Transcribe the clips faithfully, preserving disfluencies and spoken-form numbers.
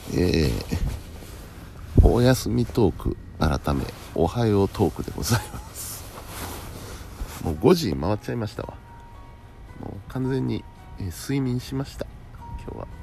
えー、お休みトーク改めおはようトークでございます。もうごじ回っちゃいましたわ。もう完全に、えー、睡眠しました。今日は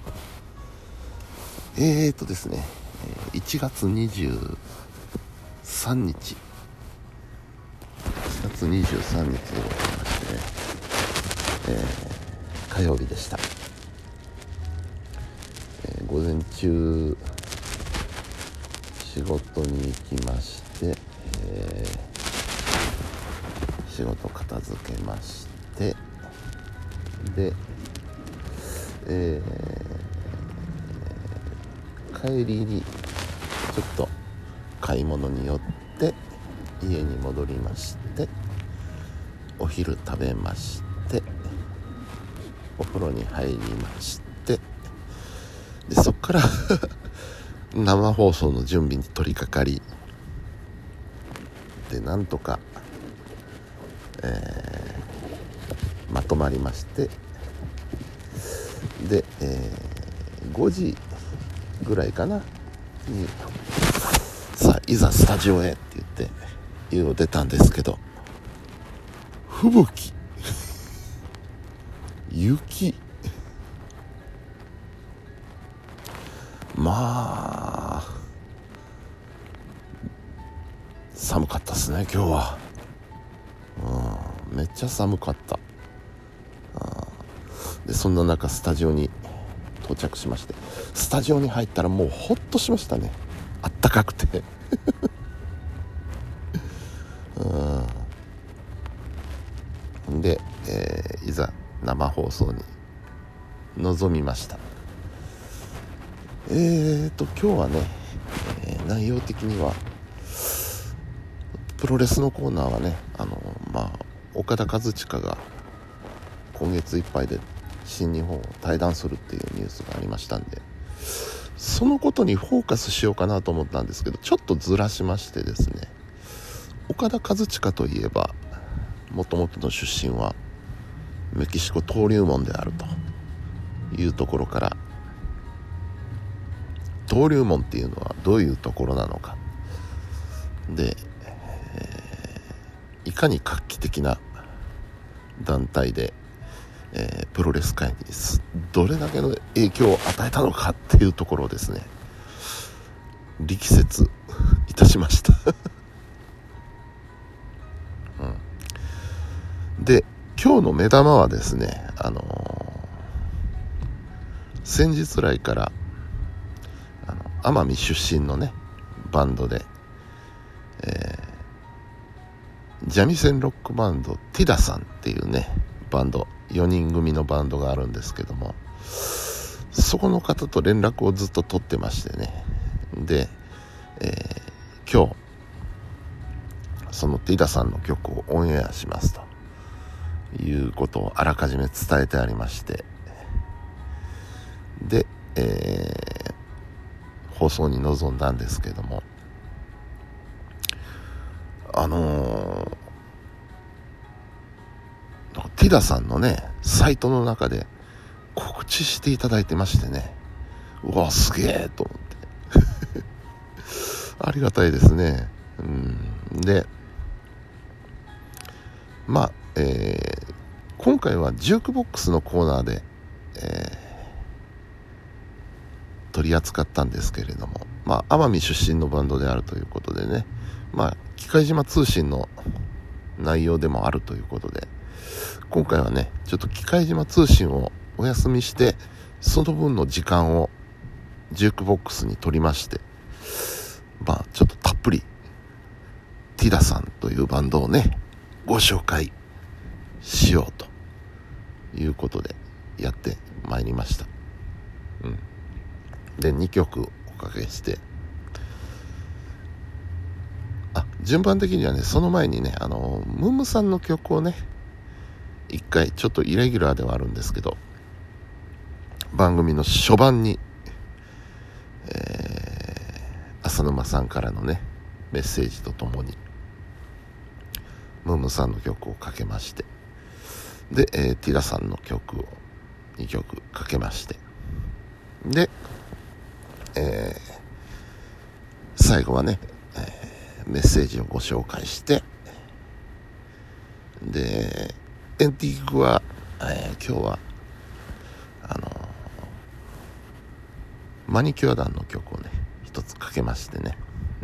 えーとですねいちがつにじゅうさんにちいちがつにじゅうさんにちでございまして、えー、火曜日でした。えー、午前中仕事に行きまして、えー、仕事片付けまして、で、えー、帰りにちょっと買い物に寄って家に戻りまして、お昼食べまして、お風呂に入りまして、でそっから生放送の準備に取り掛かり、でなんとか、えー、まとまりまして、で、えー、ごじぐらいかなにさあいざスタジオへって言って家を出たんですけど、吹雪雪まあ寒かったですね今日は。うん、めっちゃ寒かった。でそんな中スタジオに到着しまして、スタジオに入ったらもうホッとしましたね。あったかくてうんで、えー、いざ生放送に臨みました。えーと今日はね、えー、内容的にはプロレスのコーナーはね、あのまあ岡田和親が今月いっぱいで新日本を退団するっていうニュースがありましたんで、そのことにフォーカスしようかなと思ったんですけど、ちょっとずらしましてですね、岡田和親といえばもともとの出身はメキシコ登竜門であるというところから、登竜門っていうのはどういうところなのかで、えー、いかに画期的な団体で、えー、プロレス界にどれだけの影響を与えたのかっていうところをですね力説いたしました、うん、で今日の目玉はですね、あのー、先日来からあの奄美出身のねバンドで、えー、三味線ロックバンドティダさんっていうねバンドよにん組のバンドがあるんですけども、そこの方と連絡をずっと取ってましてね、で、えー、今日そのティダさんの曲をオンエアしますということをあらかじめ伝えてありまして、で、えー、放送に臨んだんですけども、あのーティダさんのねサイトの中で告知していただいてましてね、うわすげえと思ってありがたいですね。うんでまあ、えー、今回はジュークボックスのコーナーで、えー、取り扱ったんですけれども、まあ奄美出身のバンドであるということでね、まあ機械島通信の内容でもあるということで、今回はねちょっと機械島通信をお休みして、その分の時間をジュークボックスに取りまして、まあちょっとたっぷりティダさんというバンドをねご紹介しようということでやってまいりました。うん、でにきょくおかけして、あ順番的にはねその前にねあのムムさんの曲をね一回ちょっとイレギュラーではあるんですけど番組の初版に、えー、浅沼さんからのねメッセージとともにムムさんの曲をかけまして、で、えー、ティラさんの曲をにきょくかけまして、でえー、最後はね、えー、メッセージをご紹介して、でエンディングは、えー、今日はあのー、マニキュア団の曲をね一つかけましてね、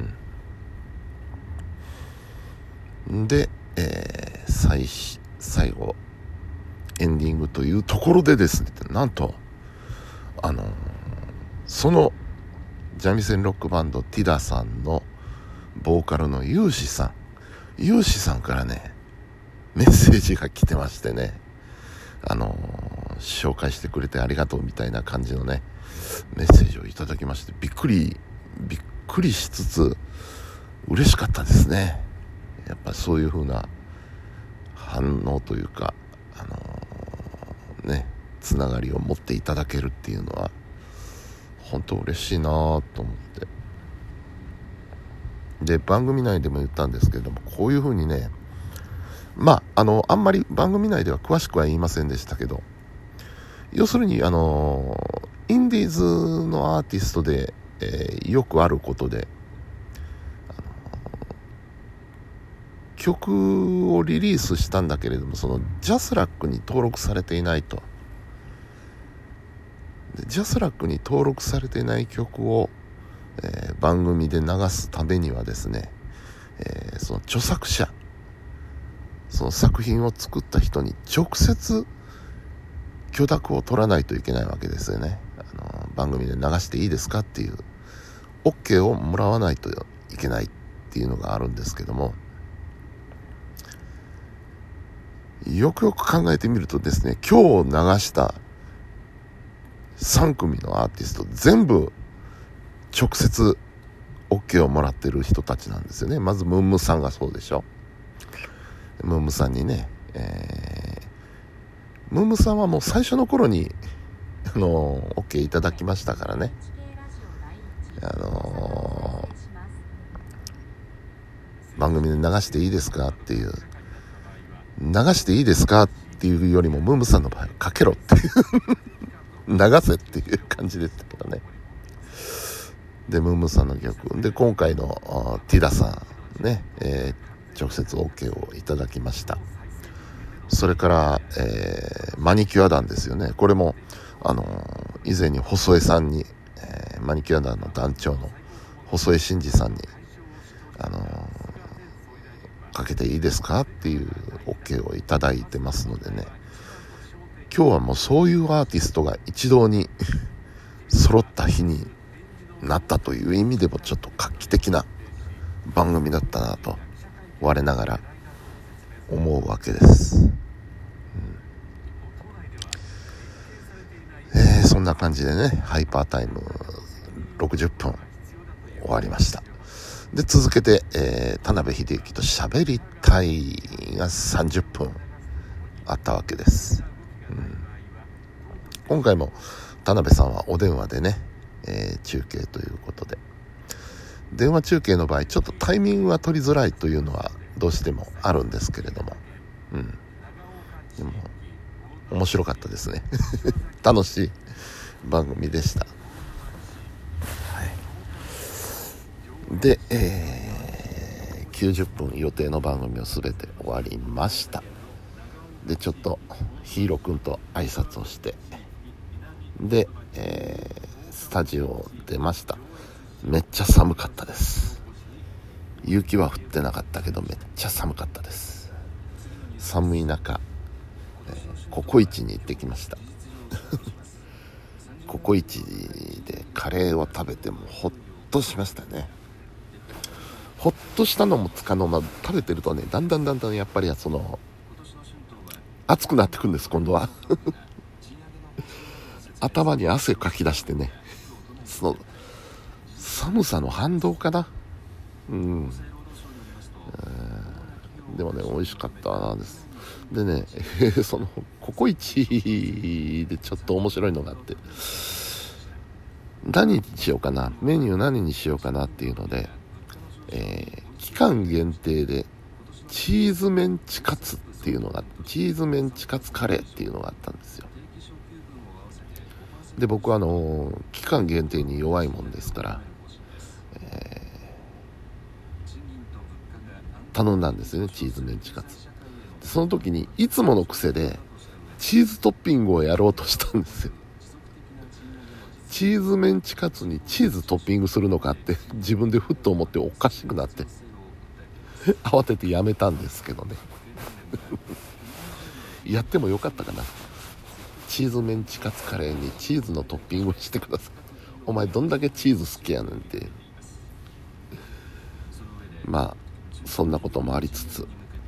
うん、で、えー、最最後エンディングというところでですね、なんとあのー、その三味線ロックバンドティダさんのボーカルのユーシさんユーシさんからねメッセージが来てましてね、あのー、紹介してくれてありがとうみたいな感じのねメッセージをいただきまして、びっくりびっくりしつつ嬉しかったですね。やっぱそういう風な反応というか、あのー、ねつながりを持っていただけるっていうのは本当嬉しいなと思って、で番組内でも言ったんですけれども、こういう風にね、まああのあんまり番組内では詳しくは言いませんでしたけど、要するにあのインディーズのアーティストで、えー、よくあることで、あの曲をリリースしたんだけれども、そのジャスラックに登録されていないと。でジャスラックに登録されていない曲を、えー、番組で流すためにはですね、えー、その著作者、その作品を作った人に直接許諾を取らないといけないわけですよね。あの番組で流していいですかっていう OK をもらわないといけないっていうのがあるんですけども、よくよく考えてみるとですね、今日流したさん組のアーティスト全部直接 OK をもらってる人たちなんですよね。まずムンムさんがそうでしょ。ムンムさんにね、えー、ムンムさんはもう最初の頃にあの OK いただきましたからね、あのー、番組で流していいですかっていう、流していいですかっていうよりもムンムさんの場合かけろっていう流せっていう感じでしたけどね。でムンムさんの曲で今回のティダさんね、えー、直接 OK をいただきました。それから、えー、マニキュア団ですよね。これもあのー、以前に細江さんに、えー、マニキュア団の団長の細江真二さんにあのー、かけていいですかっていう OK をいただいてますのでね、今日はもうそういうアーティストが一堂に揃った日になったという意味でもちょっと画期的な番組だったなと我ながら思うわけです、うんえー、そんな感じでねハイパータイムろくじゅっぷん終わりました。で続けて、えー、田辺秀幸と喋りたいがさんじゅっぷんあったわけです、うん、今回も田辺さんはお電話でね、えー、中継ということで、電話中継の場合ちょっとタイミングが取りづらいというのはどうしてもあるんですけれども、うん、でも面白かったですね楽しい番組でした、はい、で、えー、きゅうじゅっぷん予定の番組を全て終わりました。でちょっとヒーローくんと挨拶をしてで、えー、スタジオを出ました。めっちゃ寒かったです。雪は降ってなかったけどめっちゃ寒かったです。寒い中、えー、ココイチに行ってきましたココイチでカレーを食べてもほっとしましたね。ほっとしたのもつかの間食べてるとね、だんだんだんだんやっぱりその暑くなってくるんです今度は頭に汗かき出してね、その寒さの反動かな、うん、えー、でもね美味しかったです。でね、えー、そのココイチでちょっと面白いのがあって、何にしようかな、メニュー何にしようかなっていうので、えー、期間限定でチーズメンチカツっていうのが、チーズメンチカツカレーっていうのがあったんですよ。 で僕はあのー期間限定に弱いもんですから、えー頼んだんですよね、チーズメンチカツ。でその時にいつもの癖でチーズトッピングをやろうとしたんですよ。チーズメンチカツにチーズトッピングするのかって自分でふっと思っておかしくなって慌ててやめたんですけどねやってもよかったかな。チーズメンチカツカレーにチーズのトッピングをしてください。お前どんだけチーズ好きやねんって。まあそんなこともありつつ、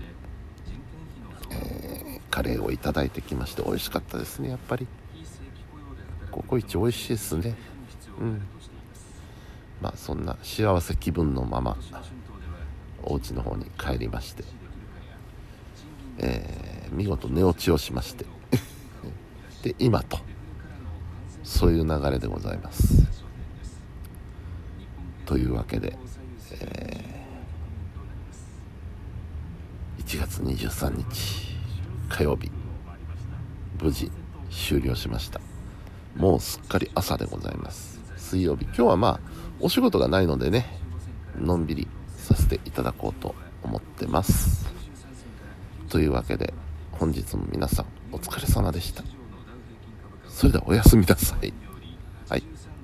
えー、カレーをいただいてきまして美味しかったですね。やっぱりココイチ美味しいですね。うん。まあそんな幸せ気分のままお家の方に帰りまして、えー、見事寝落ちをしましてで今とそういう流れでございます。というわけで、えー、いちがつにじゅうさんにち火曜日無事終了しました。もうすっかり朝でございます。水曜日、今日はまあお仕事がないのでね、のんびりさせていただこうと思ってます。というわけで本日も皆さんお疲れ様でした。それではおやすみなさい。はい。